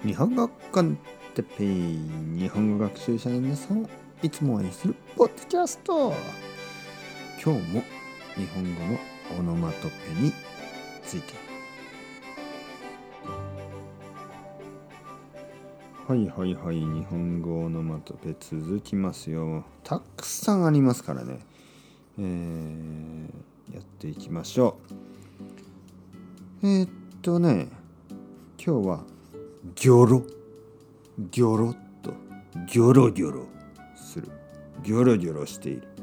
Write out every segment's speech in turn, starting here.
日本語コンテッペイ、日本語学習者の皆さんをいつも応援するポッドキャスト。今日も日本語のオノマトペについて。はい、日本語オノマトペ続きますよ。たくさんありますからね、やっていきましょう。今日はギョロっとギョロする、ギョロしている。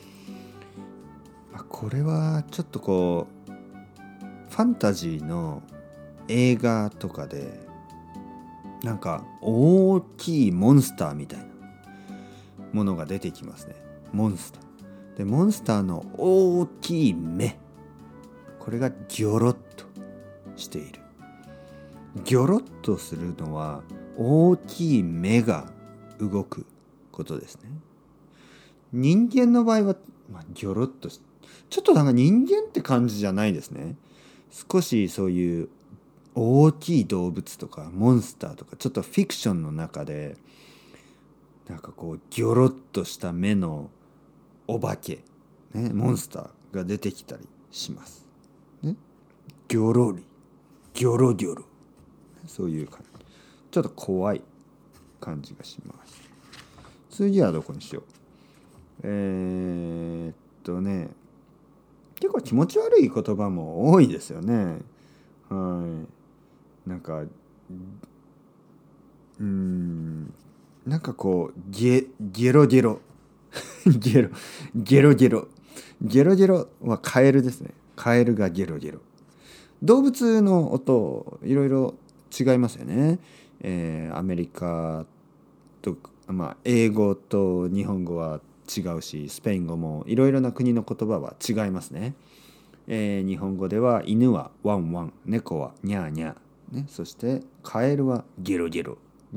これはちょっとこうファンタジーの映画とかでなんか大きいモンスターみたいなものが出てきますね。モンスターの大きい目、これがギョロッとしている。ギョロッとするのは大きい目が動くことですね。人間の場合は、ギョロッとちょっとなんか人間って感じじゃないですね。少しそういう大きい動物とかモンスターとかちょっとフィクションの中でなんかこうギョロッとした目のお化け、モンスターが出てきたりします、ね、ギョロそういう感じ、ちょっと怖い感じがします。次はどこにしよう。結構気持ち悪い言葉も多いですよね。なんかなんかこうゲロゲロはカエルですね。カエルがゲロゲロ。動物の音いろいろ違いますよね。アメリカと英語と日本語は違うし、スペイン語もいろいろな国の言葉は違いますね。日本語では犬はワンワン、猫はニャーニャー、そしてカエルはゲロちょっ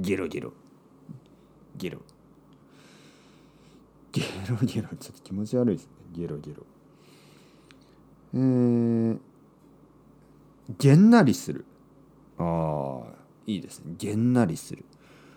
と気持ち悪いですね。ゲロげんなりする。いいですね。げんなりする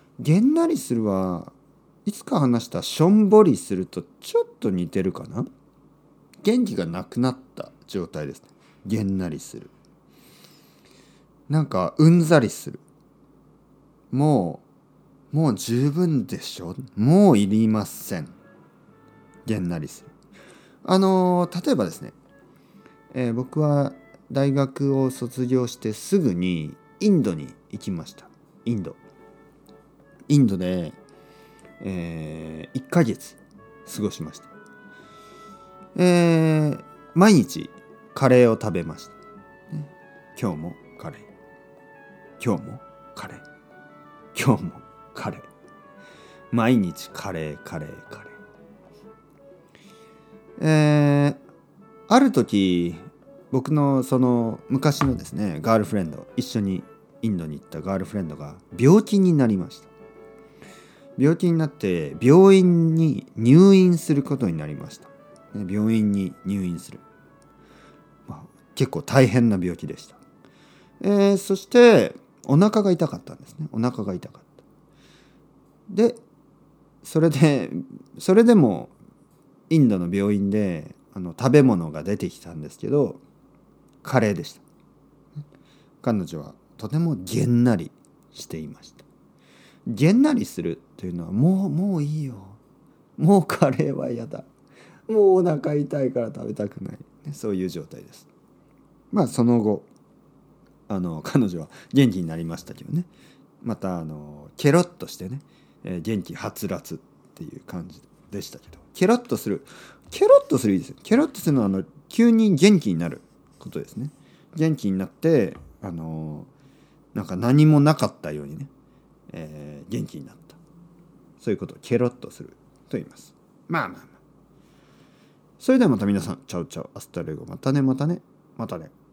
はいつか話したしょんぼりするとちょっと似てるかな。元気がなくなった状態ですね。げんなりする。なんかうんざりする。もう十分でしょ、もういりません。げんなりする。例えばですね、僕は大学を卒業してすぐにインドに行きました。インドで、1ヶ月過ごしました。毎日カレーを食べました。今日もカレー、今日もカレー、毎日カレー。ある時僕のその昔のですねガールフレンド、一緒にインドに行ったガールフレンドが病気になりました。病気になって病院に入院することになりました。病院に入院する、結構大変な病気でした。そしてお腹が痛かったんですね。でそれでもインドの病院で食べ物が出てきたんですけど、カレーでした。彼女はとてもげんなりしていました。げんなりするというのはもういいよ、もうカレーは嫌だ、もうお腹痛いから食べたくない、そういう状態です。その後彼女は元気になりましたけどね、またケロッとしてね、元気はつらつっていう感じでしたけど、ケロッとするいいですよ。ケロッとするのは急に元気になることですね。元気になってなんか何もなかったようにね、元気になった、そういうことをケロッとすると言います。それではまた皆さん、チャウチャウ、アスタレゴ、またね。